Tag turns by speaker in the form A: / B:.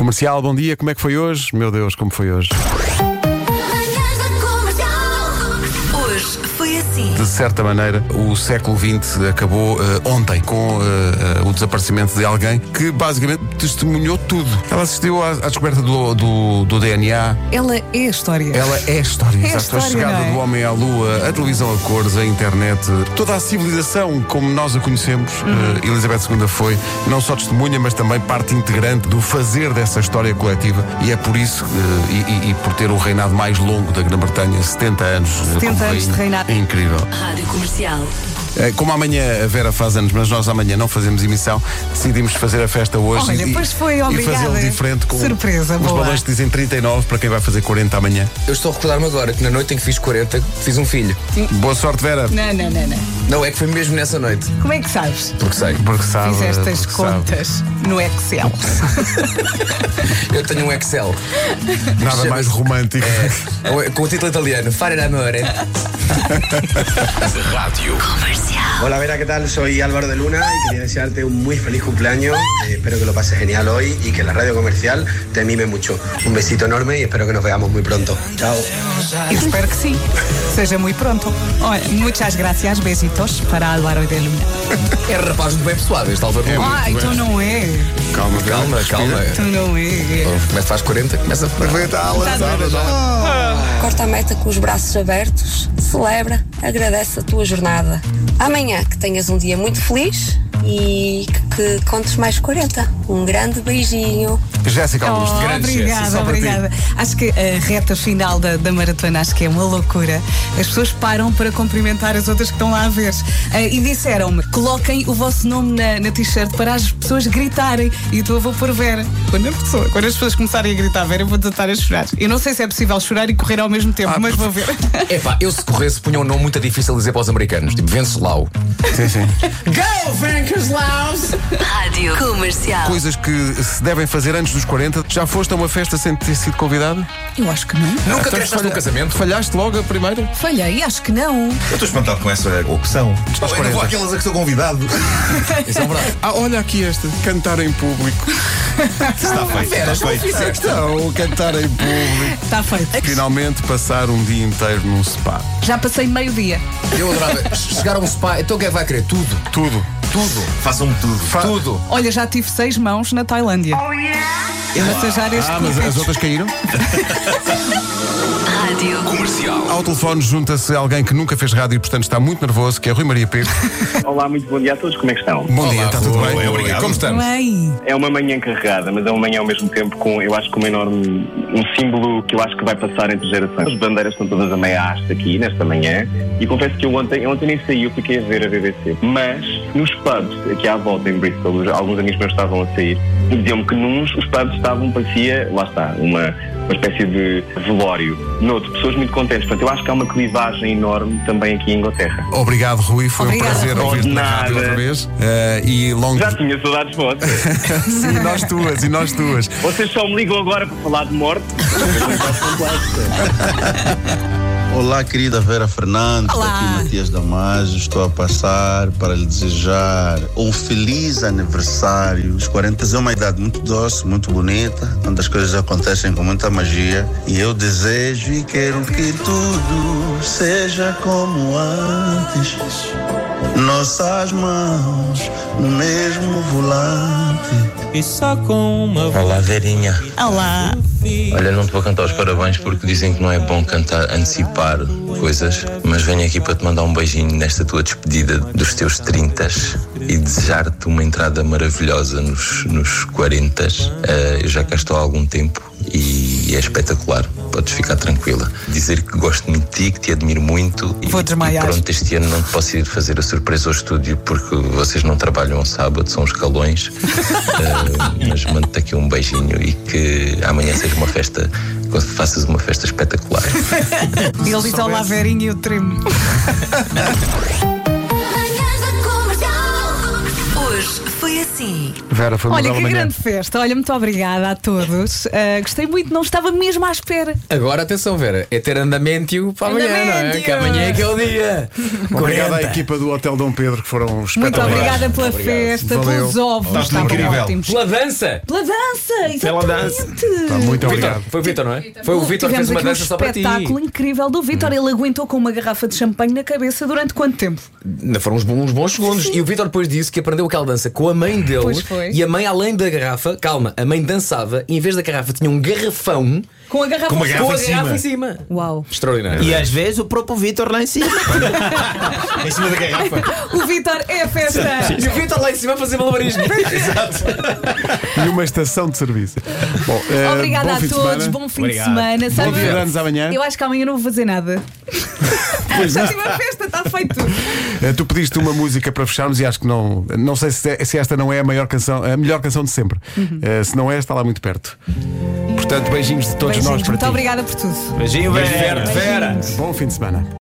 A: Comercial, bom dia, como é que foi hoje? Meu Deus, como foi hoje?
B: Hoje foi assim.
A: De certa maneira, o século XX acabou ontem com o desaparecimento de alguém que basicamente testemunhou tudo. Ela assistiu à descoberta do DNA.
C: Ela é a história.
A: Ela é a história,
C: É a
A: exato.
C: história,
A: A chegada
C: não é?
A: do homem à lua, a televisão a cores, a internet, toda a civilização como nós a conhecemos. Elizabeth II foi não só testemunha, mas também parte integrante do fazer dessa história coletiva. E é por isso, e por ter o reinado mais longo da Grã-Bretanha, 70 anos.
C: 70 anos de reinado.
A: É incrível.
B: Rádio Comercial.
A: Como amanhã a Vera faz anos, mas nós amanhã não fazemos emissão, decidimos fazer a festa hoje.
C: Olha, pois foi,
A: e
C: obrigada.
A: fazê-lo diferente com
C: Surpresa,
A: os
C: boa.
A: balões que dizem 39 para quem vai fazer 40 amanhã.
D: Eu estou a recordar-me agora que na noite em que fiz 40, fiz um filho.
A: Boa sorte, Vera.
C: Não.
D: Não, é que foi mesmo nessa noite.
C: Como é que sabes?
D: Porque sei.
A: Porque sabe.
C: Fizeste as
A: porque sabe.
C: contas no Excel.
D: Eu tenho um Excel.
A: Nada mais romântico.
D: Com o título italiano, Fare l'amore.
E: Hola Vera, ¿qué tal? Soy Álvaro de Luna y quería desearte un muy feliz cumpleaños. Espero que lo pases genial hoy y que la radio comercial te mime mucho. Un besito enorme y espero que nos veamos muy pronto. Chao.
C: Eu espero que sim. Seja muito pronto. Olha, muitas gracias, besitos para Álvaro de Luna.
D: É rapaz muito bem pessoado este Álvaro.
C: Ai, tu não é.
A: Calma, Vera.
D: Calma.
C: Tu não é.
D: Começa faz 40, começa a
F: Corta a meta com os braços abertos, celebra, agradece a tua jornada. Amanhã que tenhas um dia muito feliz e que contes mais 40. Um grande beijinho.
A: Jéssica Augusto, grande Jéssica,
C: Obrigada,
A: só para ti.
C: obrigada. Acho que a reta final da maratona acho que é uma loucura. As pessoas param para cumprimentar as outras que estão lá a ver. E disseram-me, coloquem o vosso nome na t-shirt para as pessoas gritarem. E então eu vou pôr Vera. Quando as pessoas começarem a gritar Vera, eu vou desatar a chorar. Eu não sei se é possível chorar e correr ao mesmo tempo, mas vou ver.
D: Epá, eu se corresse punha um nome muito difícil de dizer para os americanos. Tipo, Venceslau.
A: Sim.
D: Go, Venceslau!
B: Rádio Comercial.
A: Coisas que se devem fazer antes dos 40. Já foste a uma festa sem ter sido convidado?
C: Eu acho que não.
D: Nunca testaste num casamento?
A: Falhaste logo a primeira?
C: Falhei, acho que não.
G: Eu estou espantado com essa opção. Eu não vou àquelas a que sou convidado.
D: Isso é verdade.
A: Olha aqui esta. Cantar em público.
G: Está feito. Está feito.
A: Então, cantar em público.
C: Está feito.
A: Finalmente passar um dia inteiro num spa.
C: Já passei meio-dia.
D: Eu adorava chegar a um spa. Então o que é que vai querer? Tudo.
A: Tudo.
G: Façam-me tudo.
D: Tudo.
C: Olha, já tive 6 mãos na Tailândia. E massajar este
A: Mas
C: corpo.
A: as outras caíram?
B: Rádio
D: Comercial.
A: Ao telefone junta-se alguém que nunca fez rádio e portanto está muito nervoso, que é Rui Maria Pego.
H: Olá, muito bom dia a todos, como é que estão?
A: Bom dia, está tudo bem?
G: Obrigado.
D: Como estamos?
C: Bem.
H: É uma manhã carregada, mas é uma manhã ao mesmo tempo com, eu acho que uma enorme, um símbolo que eu acho que vai passar entre gerações. As bandeiras estão todas a meia haste aqui, nesta manhã, e confesso que eu ontem nem saí, eu fiquei a ver a BBC. Mas, nos pubs, aqui à volta em Bristol, alguns amigos meus estavam a sair, e diziam-me que nos os pubs estavam, parecia, lá está, uma espécie de velório. Noutro, pessoas muito contentes. Portanto, eu acho que há uma clivagem enorme também aqui em Inglaterra.
A: Obrigado, Rui. Foi
C: Obrigada,
A: um prazer
C: Rui.
A: ouvir-te na
H: Nada.
A: rádio outra vez. E longo.
H: Já tinha saudades vossas.
A: Sim, nós tuas.
H: Vocês só me ligam agora para falar de morte.
I: Olá, querida Vera Fernandes,
C: Olá.
I: aqui Matias Damasio. Estou a passar para lhe desejar um feliz aniversário. Os 40 é uma idade muito doce, muito bonita, onde as coisas acontecem com muita magia. E eu desejo e quero que tudo seja como antes. Nossas mãos no mesmo volante.
J: E só com uma
K: Olá, Verinha.
C: Olá.
K: Olha, não te vou cantar os parabéns porque dizem que não é bom cantar, antecipar coisas, mas venho aqui para te mandar um beijinho nesta tua despedida dos teus 30s e desejar-te uma entrada maravilhosa nos 40s. Eu já cá estou há algum tempo e é espetacular, podes ficar tranquila. Dizer que gosto muito de ti, que te admiro muito.
C: Vou desmaiar.
K: E pronto, este ano não te posso ir fazer a surpresa ao estúdio porque vocês não trabalham ao sábado, são os calões. Mas mando-te aqui um beijinho e que amanhã seja uma festa, que faças uma festa espetacular.
C: Ele diz olá, Verinha, e eu tremo.
B: Hoje foi assim.
A: Vera, foi uma
C: Olha,
A: bela
C: que
A: manhã.
C: grande festa. Olha, muito obrigada a todos. Gostei muito, não estava mesmo à espera.
D: Agora atenção, Vera, é ter andamento para amanhã, não é?
C: Andamento.
D: Que amanhã é que é o dia.
A: Obrigado
D: 40.
A: à equipa do Hotel Dom Pedro que foram
C: Muito
A: espetaculares.
C: obrigada pela festa,
A: Valeu.
C: pelos ovos,
G: Estás
C: estavam
G: incrível.
C: ótimos.
D: Pela dança.
C: Pela dança,
G: Pela
C: exatamente.
A: Tá, muito obrigado.
D: Vitor, foi o Vitor, não é? Foi o Vitor que fez
C: Tivemos
D: uma
C: aqui um
D: dança só para ti.
C: espetáculo incrível do Vitor. Ele aguentou com uma garrafa de champanhe na cabeça durante quanto tempo?
D: Foram uns bons segundos. E o Vitor depois disse que aprendeu aquela dança com a mãe dele.
C: Pois foi.
D: E a mãe, além da garrafa, calma, a mãe dançava e em vez da garrafa tinha um garrafão
C: Com a garrafa,
G: Com uma
C: de
G: garrafa
D: com a
G: em cima.
D: garrafa em cima.
C: Uau.
D: Extraordinário.
J: E às vezes o próprio Vitor lá em cima.
G: Em cima da garrafa.
C: O Vitor é a festa.
D: E o Vitor lá em cima a fazer malabarismo.
A: E uma estação de serviço. Bom,
C: Obrigada
A: bom
C: a
A: fim de
C: todos,
A: semana.
C: bom fim
G: Obrigado.
C: de semana.
A: Bom dia de anos amanhã.
C: Eu acho que amanhã não vou fazer nada. Já tive a festa, está feito.
A: Tu pediste uma música para fecharmos e acho que não sei se esta não é a melhor canção de sempre. Se não é, está lá muito perto. Portanto, beijinhos de todos nós
C: Beijinhos,
A: para
C: muito
A: ti.
C: obrigada por tudo.
J: Beijinho, Vera.
A: Bom fim de semana.